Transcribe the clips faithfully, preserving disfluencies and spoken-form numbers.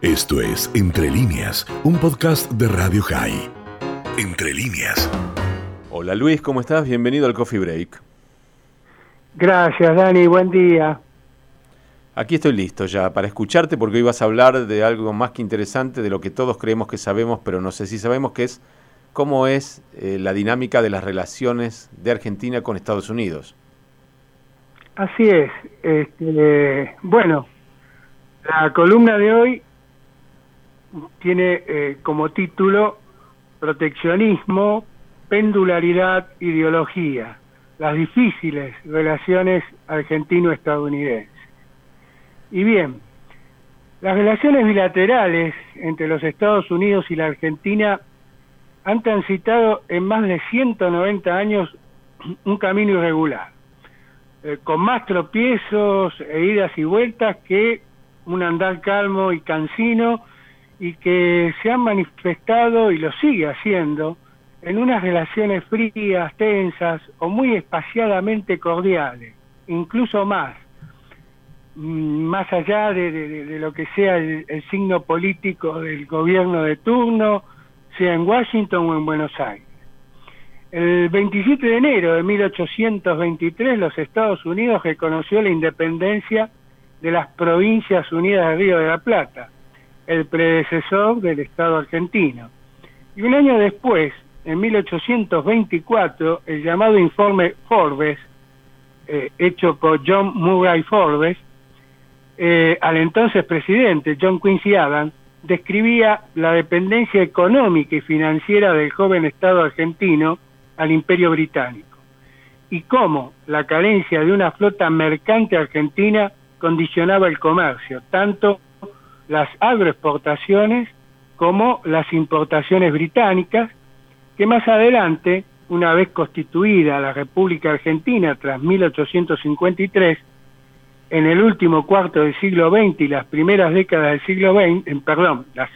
Esto es Entre Líneas, un podcast de Radio High. Entre Líneas. Hola Luis, ¿cómo estás? Bienvenido al Coffee Break. Gracias, Dani, buen día. Aquí estoy listo ya para escucharte porque hoy vas a hablar de algo más que interesante, de lo que todos creemos que sabemos, pero no sé si sabemos, que es cómo es eh, la dinámica de las relaciones de Argentina con Estados Unidos. Así es. Este, bueno, la columna de hoy tiene eh, como título Proteccionismo, pendularidad, ideología, las difíciles relaciones argentino-estadounidenses. Y bien, las relaciones bilaterales entre los Estados Unidos y la Argentina han transitado en más de ciento noventa años un camino irregular, eh, con más tropiezos e idas y vueltas que un andar calmo y cansino, y que se han manifestado, y lo sigue haciendo, en unas relaciones frías, tensas o muy espaciadamente cordiales, incluso más, más allá de, de, de lo que sea el, el signo político del gobierno de turno, sea en Washington o en Buenos Aires. El veintisiete de enero de mil ochocientos veintitrés, los Estados Unidos reconoció la independencia de las Provincias Unidas del Río de la Plata, el predecesor del Estado argentino. Y un año después, en mil ochocientos veinticuatro, el llamado informe Forbes, eh, hecho por John Murray Forbes, eh, al entonces presidente John Quincy Adams, describía la dependencia económica y financiera del joven Estado argentino al Imperio Británico, y cómo la carencia de una flota mercante argentina condicionaba el comercio, tanto las agroexportaciones como las importaciones británicas, que más adelante, una vez constituida la República Argentina tras mil ochocientos cincuenta y tres, en el último cuarto del siglo veinte y las primeras décadas del siglo veinte, eh, perdón, las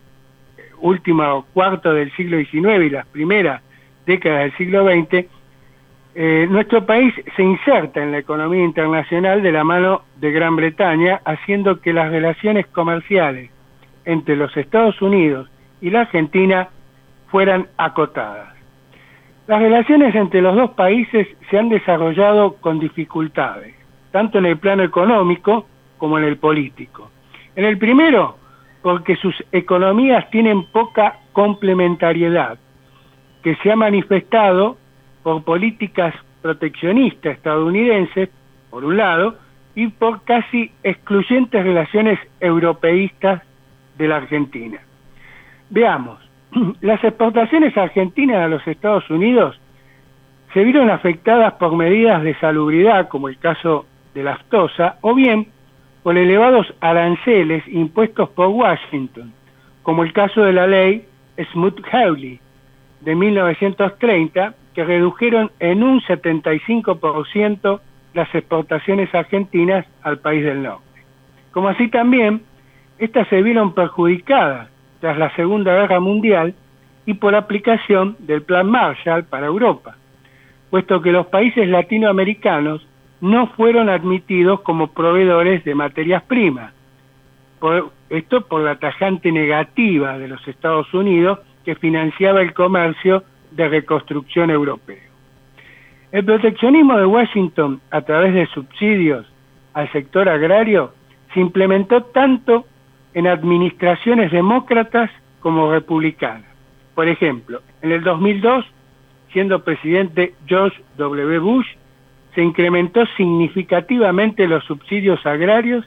último cuarto del siglo diecinueve y las primeras décadas del siglo veinte, Eh, nuestro país se inserta en la economía internacional de la mano de Gran Bretaña, haciendo que las relaciones comerciales entre los Estados Unidos y la Argentina fueran acotadas. Las relaciones entre los dos países se han desarrollado con dificultades, tanto en el plano económico como en el político. En el primero, porque sus economías tienen poca complementariedad, que se ha manifestado por políticas proteccionistas estadounidenses, por un lado, y por casi excluyentes relaciones europeístas de la Argentina. Veamos, las exportaciones argentinas a los Estados Unidos se vieron afectadas por medidas de salubridad, como el caso de la aftosa, o bien por elevados aranceles impuestos por Washington, como el caso de la ley Smoot-Hawley de mil novecientos treinta, que redujeron en un setenta y cinco por ciento las exportaciones argentinas al país del norte. Como así también, estas se vieron perjudicadas tras la Segunda Guerra Mundial y por aplicación del Plan Marshall para Europa, puesto que los países latinoamericanos no fueron admitidos como proveedores de materias primas. Por, esto por la tajante negativa de los Estados Unidos, que financiaba el comercio de reconstrucción europeo. El proteccionismo de Washington a través de subsidios al sector agrario se implementó tanto en administraciones demócratas como republicanas. Por ejemplo, en el dos mil dos, siendo presidente George W. Bush, se incrementó significativamente los subsidios agrarios,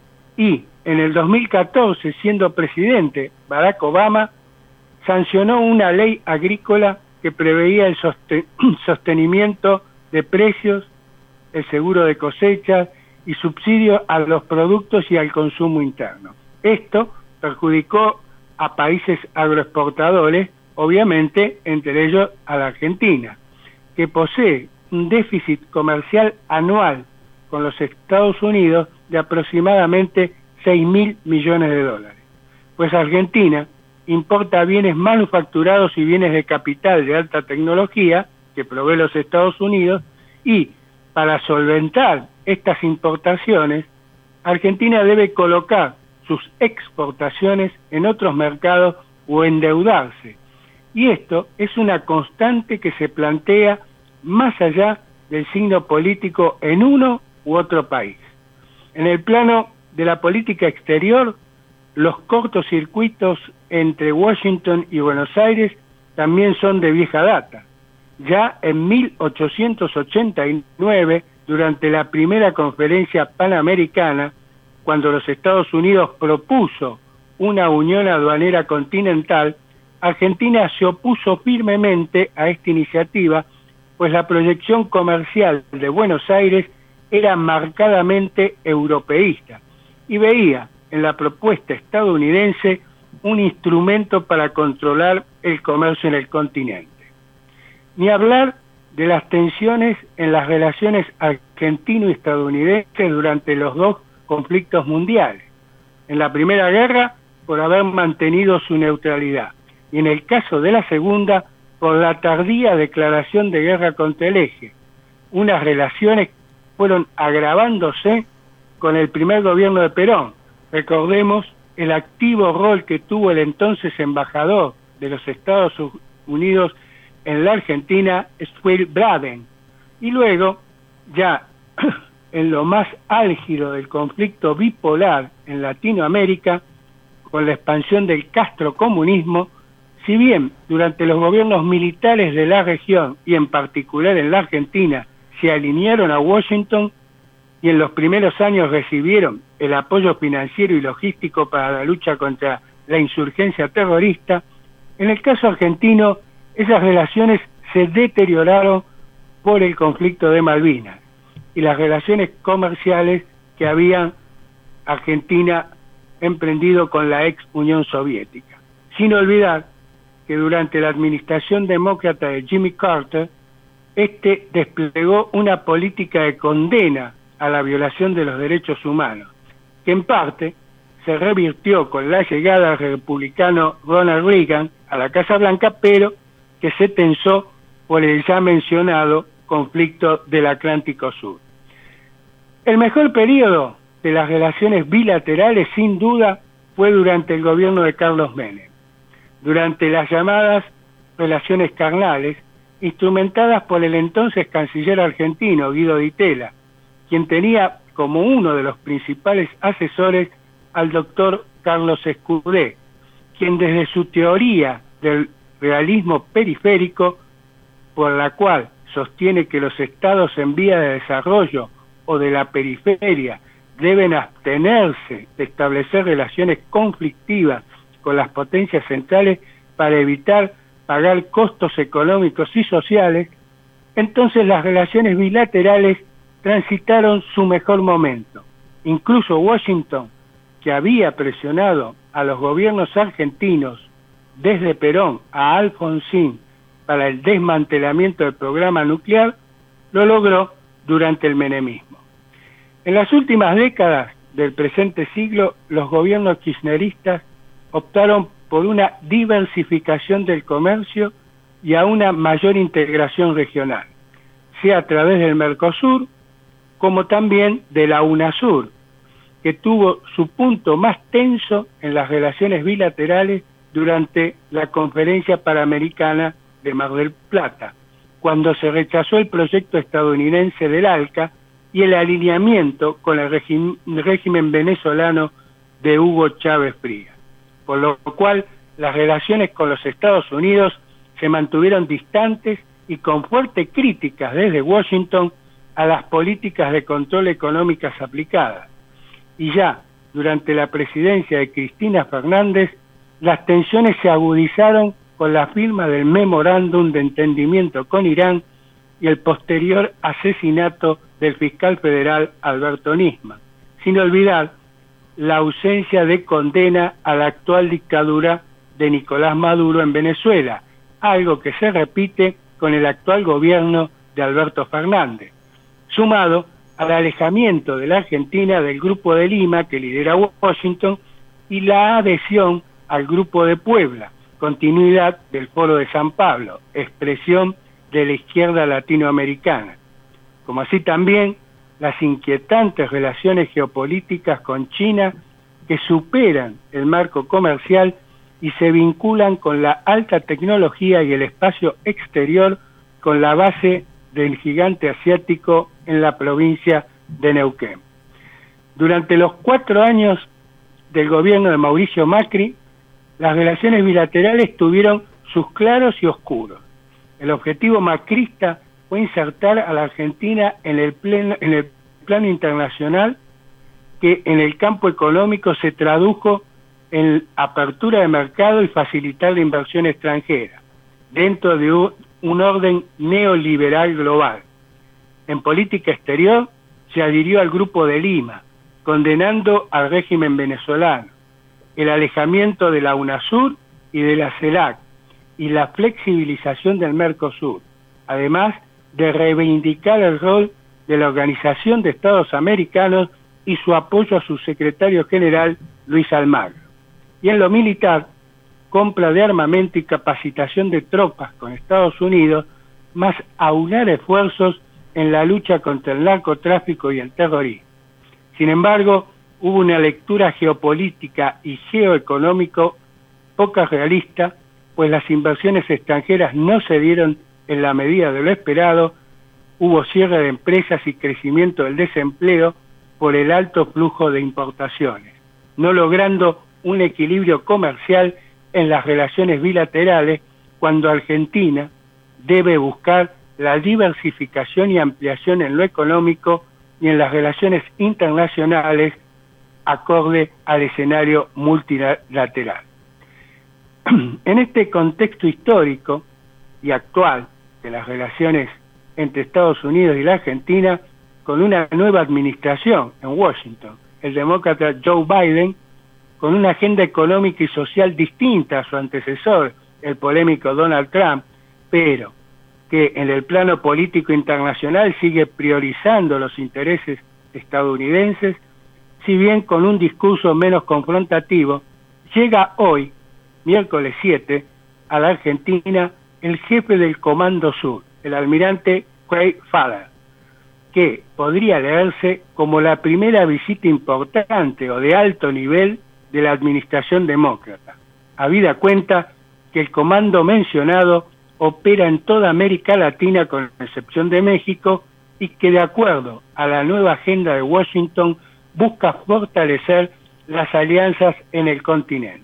y en el dos mil catorce, siendo presidente Barack Obama, sancionó una ley agrícola que preveía el sosten- sostenimiento de precios, el seguro de cosechas y subsidio a los productos y al consumo interno. Esto perjudicó a países agroexportadores, obviamente entre ellos a la Argentina, que posee un déficit comercial anual con los Estados Unidos de aproximadamente seis mil millones de dólares. Pues Argentina importa bienes manufacturados y bienes de capital de alta tecnología que provee los Estados Unidos, y para solventar estas importaciones, Argentina debe colocar sus exportaciones en otros mercados o endeudarse. Y esto es una constante que se plantea más allá del signo político en uno u otro país. En el plano de la política exterior, los cortocircuitos entre Washington y Buenos Aires también son de vieja data. Ya en mil ochocientos ochenta y nueve, durante la primera conferencia panamericana, cuando los Estados Unidos propuso una unión aduanera continental, Argentina se opuso firmemente a esta iniciativa, pues la proyección comercial de Buenos Aires era marcadamente europeísta y veía en la propuesta estadounidense un instrumento para controlar el comercio en el continente. Ni hablar de las tensiones en las relaciones argentino-estadounidenses durante los dos conflictos mundiales. En la Primera Guerra, por haber mantenido su neutralidad, y en el caso de la Segunda, por la tardía declaración de guerra contra el Eje. Unas relaciones fueron agravándose con el primer gobierno de Perón. Recordemos el activo rol que tuvo el entonces embajador de los Estados Unidos en la Argentina, Squire Braden. Y luego, ya en lo más álgido del conflicto bipolar en Latinoamérica, con la expansión del castrocomunismo, si bien durante los gobiernos militares de la región y en particular en la Argentina se alinearon a Washington y en los primeros años recibieron el apoyo financiero y logístico para la lucha contra la insurgencia terrorista, en el caso argentino esas relaciones se deterioraron por el conflicto de Malvinas y las relaciones comerciales que había Argentina emprendido con la ex Unión Soviética. Sin olvidar que durante la administración demócrata de Jimmy Carter, este desplegó una política de condena a la violación de los derechos humanos, que en parte se revirtió con la llegada del republicano Ronald Reagan a la Casa Blanca, pero que se tensó por el ya mencionado conflicto del Atlántico Sur. El mejor periodo de las relaciones bilaterales, sin duda, fue durante el gobierno de Carlos Menem, durante las llamadas relaciones carnales, instrumentadas por el entonces canciller argentino, Guido Di Tella, quien tenía como uno de los principales asesores al doctor Carlos Escudé, quien desde su teoría del realismo periférico, por la cual sostiene que los estados en vía de desarrollo o de la periferia deben abstenerse de establecer relaciones conflictivas con las potencias centrales para evitar pagar costos económicos y sociales, entonces las relaciones bilaterales transitaron su mejor momento. Incluso Washington, que había presionado a los gobiernos argentinos desde Perón a Alfonsín para el desmantelamiento del programa nuclear, lo logró durante el menemismo. En las últimas décadas del presente siglo, los gobiernos kirchneristas optaron por una diversificación del comercio y a una mayor integración regional, sea a través del Mercosur, como también de la UNASUR, que tuvo su punto más tenso en las relaciones bilaterales durante la Conferencia Panamericana de Mar del Plata, cuando se rechazó el proyecto estadounidense del ALCA y el alineamiento con el régimen, el régimen venezolano de Hugo Chávez Frías, por lo cual las relaciones con los Estados Unidos se mantuvieron distantes y con fuertes críticas desde Washington a las políticas de control económicas aplicadas. Y ya durante la presidencia de Cristina Fernández, las tensiones se agudizaron con la firma del memorándum de entendimiento con Irán y el posterior asesinato del fiscal federal Alberto Nisman, sin olvidar la ausencia de condena a la actual dictadura de Nicolás Maduro en Venezuela, algo que se repite con el actual gobierno de Alberto Fernández, sumado al alejamiento de la Argentina del Grupo de Lima que lidera Washington y la adhesión al Grupo de Puebla, continuidad del Foro de San Pablo, expresión de la izquierda latinoamericana, como así también las inquietantes relaciones geopolíticas con China que superan el marco comercial y se vinculan con la alta tecnología y el espacio exterior con la base del gigante asiático en la provincia de Neuquén. Durante los cuatro años del gobierno de Mauricio Macri, las relaciones bilaterales tuvieron sus claros y oscuros. El objetivo macrista fue insertar a la Argentina en el, pleno, en el plano internacional, que en el campo económico se tradujo en apertura de mercado y facilitar la inversión extranjera, dentro de un, un orden neoliberal global. En política exterior se adhirió al Grupo de Lima, condenando al régimen venezolano, el alejamiento de la UNASUR y de la CELAC, y la flexibilización del Mercosur, además de reivindicar el rol de la Organización de Estados Americanos y su apoyo a su secretario general, Luis Almagro. Y en lo militar, compra de armamento y capacitación de tropas con Estados Unidos, más aunar esfuerzos en la lucha contra el narcotráfico y el terrorismo. Sin embargo, hubo una lectura geopolítica y geoeconómico poco realista, pues las inversiones extranjeras no se dieron en la medida de lo esperado, hubo cierre de empresas y crecimiento del desempleo por el alto flujo de importaciones, no logrando un equilibrio comercial en las relaciones bilaterales cuando Argentina debe buscar la diversificación y ampliación en lo económico y en las relaciones internacionales acorde al escenario multilateral. En este contexto histórico y actual de las relaciones entre Estados Unidos y la Argentina, con una nueva administración en Washington, el demócrata Joe Biden, con una agenda económica y social distinta a su antecesor, el polémico Donald Trump, pero que en el plano político internacional sigue priorizando los intereses estadounidenses, si bien con un discurso menos confrontativo, llega hoy, miércoles siete, a la Argentina el jefe del Comando Sur, el almirante Craig Fadder, que podría leerse como la primera visita importante o de alto nivel de la administración demócrata, habida cuenta que el comando mencionado opera en toda América Latina con excepción de México y que de acuerdo a la nueva agenda de Washington busca fortalecer las alianzas en el continente.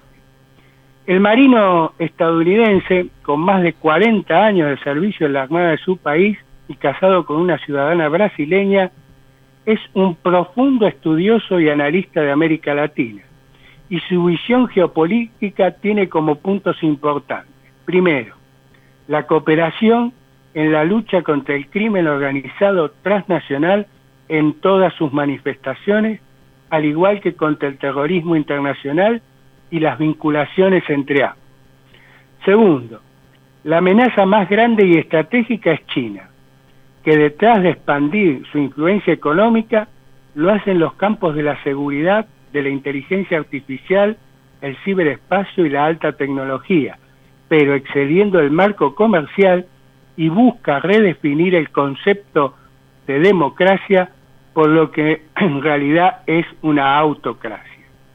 El marino estadounidense, con más de cuarenta años de servicio en la Armada de su país y casado con una ciudadana brasileña, es un profundo estudioso y analista de América Latina, y su visión geopolítica tiene como puntos importantes. Primero, la cooperación en la lucha contra el crimen organizado transnacional en todas sus manifestaciones, al igual que contra el terrorismo internacional y las vinculaciones entre ambos. Segundo, la amenaza más grande y estratégica es China, que detrás de expandir su influencia económica, lo hace en los campos de la seguridad, de la inteligencia artificial, el ciberespacio y la alta tecnología, pero excediendo el marco comercial y busca redefinir el concepto de democracia por lo que en realidad es una autocracia.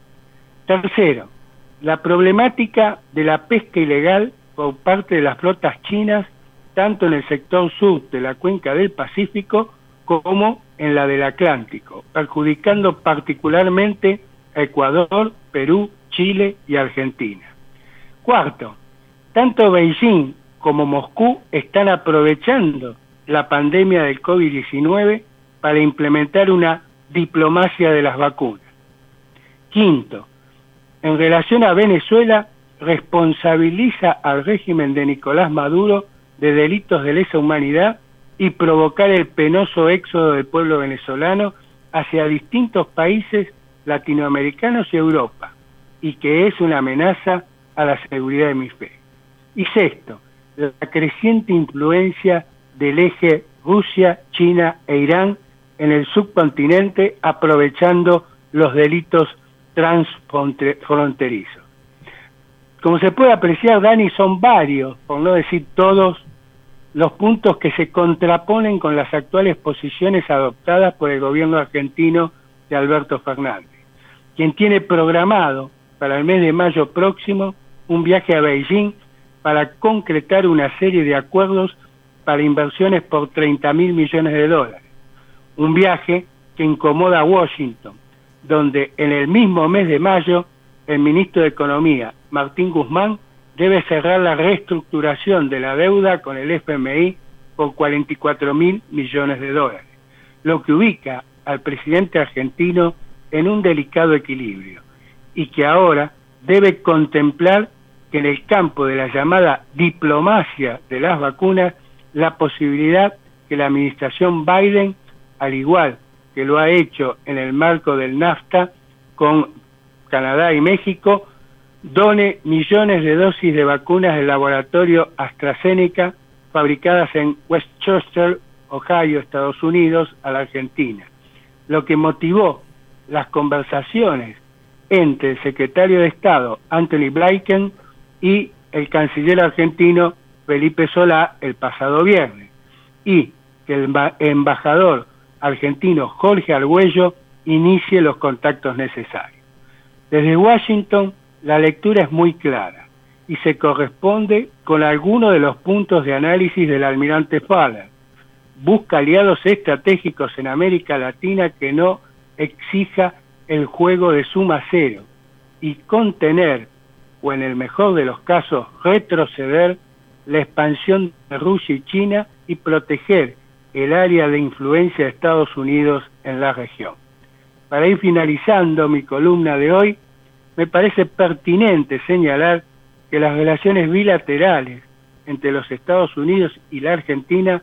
Tercero, la problemática de la pesca ilegal por parte de las flotas chinas, tanto en el sector sur de la cuenca del Pacífico como en la del Atlántico, perjudicando particularmente a Ecuador, Perú, Chile y Argentina. Cuarto, tanto Beijing como Moscú están aprovechando la pandemia del COVID diecinueve para implementar una diplomacia de las vacunas. Quinto, en relación a Venezuela, responsabiliza al régimen de Nicolás Maduro de delitos de lesa humanidad y provocar el penoso éxodo del pueblo venezolano hacia distintos países latinoamericanos y Europa, y que es una amenaza a la seguridad de mi fe. Y sexto, la creciente influencia del eje Rusia, China e Irán en el subcontinente, aprovechando los delitos transfronterizos. Como se puede apreciar, Dani, son varios, por no decir todos, los puntos que se contraponen con las actuales posiciones adoptadas por el gobierno argentino de Alberto Fernández, quien tiene programado para el mes de mayo próximo un viaje a Beijing para concretar una serie de acuerdos para inversiones por treinta mil millones de dólares. Un viaje que incomoda a Washington, donde en el mismo mes de mayo el ministro de Economía, Martín Guzmán, debe cerrar la reestructuración de la deuda con el F M I por cuarenta y cuatro mil millones de dólares, lo que ubica al presidente argentino en un delicado equilibrio y que ahora debe contemplar que en el campo de la llamada diplomacia de las vacunas, la posibilidad que la administración Biden, al igual que lo ha hecho en el marco del NAFTA con Canadá y México, done millones de dosis de vacunas del laboratorio AstraZeneca fabricadas en Westchester, Ohio, Estados Unidos, a la Argentina, lo que motivó las conversaciones entre el secretario de Estado, Anthony Blinken, y el canciller argentino, Felipe Solá, el pasado viernes, y que el embajador argentino, Jorge Argüello, inicie los contactos necesarios. Desde Washington, la lectura es muy clara y se corresponde con algunos de los puntos de análisis del almirante Faller. Busca aliados estratégicos en América Latina que no exija el juego de suma cero y contener, o en el mejor de los casos, retroceder la expansión de Rusia y China y proteger el área de influencia de Estados Unidos en la región. Para ir finalizando mi columna de hoy, me parece pertinente señalar que las relaciones bilaterales entre los Estados Unidos y la Argentina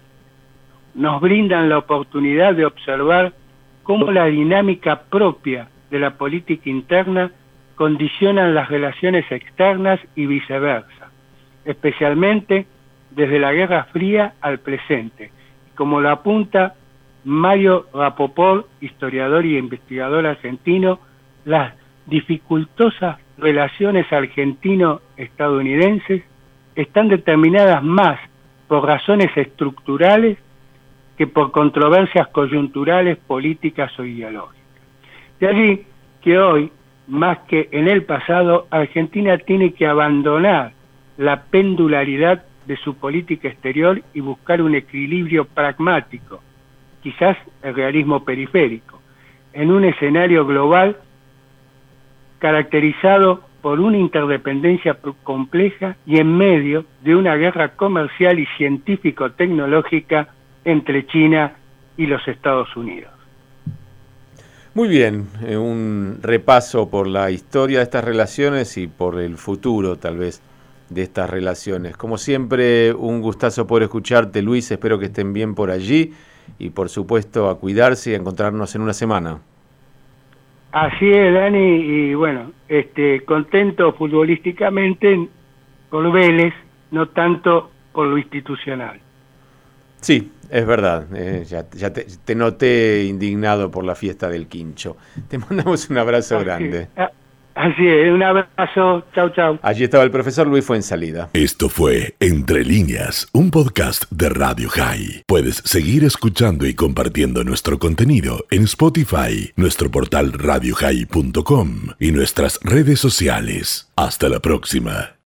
nos brindan la oportunidad de observar cómo la dinámica propia de la política interna condicionan las relaciones externas y viceversa, especialmente desde la Guerra Fría al presente, como lo apunta Mario Rapoport, historiador y investigador argentino. Las dificultosas relaciones argentino-estadounidenses están determinadas más por razones estructurales que por controversias coyunturales, políticas o ideológicas. De allí que hoy, más que en el pasado, Argentina tiene que abandonar la pendularidad de su política exterior y buscar un equilibrio pragmático, quizás el realismo periférico, en un escenario global caracterizado por una interdependencia compleja y en medio de una guerra comercial y científico-tecnológica entre China y los Estados Unidos. Muy bien, eh, un repaso por la historia de estas relaciones y por el futuro, tal vez, de estas relaciones. Como siempre, un gustazo poder escucharte, Luis. Espero que estén bien por allí y, por supuesto, a cuidarse y a encontrarnos en una semana. Así es, Dani, y bueno, este, contento futbolísticamente por Vélez, no tanto por lo institucional. Sí, es verdad, eh, ya, ya te, te noté indignado por la fiesta del Quincho. Te mandamos un abrazo Así, grande. Así es, un abrazo, chau chau. Allí estaba el profesor Luis Fuensalida. Esto fue Entre Líneas, un podcast de Radio High. Puedes seguir escuchando y compartiendo nuestro contenido en Spotify, nuestro portal radio high punto com y nuestras redes sociales. Hasta la próxima.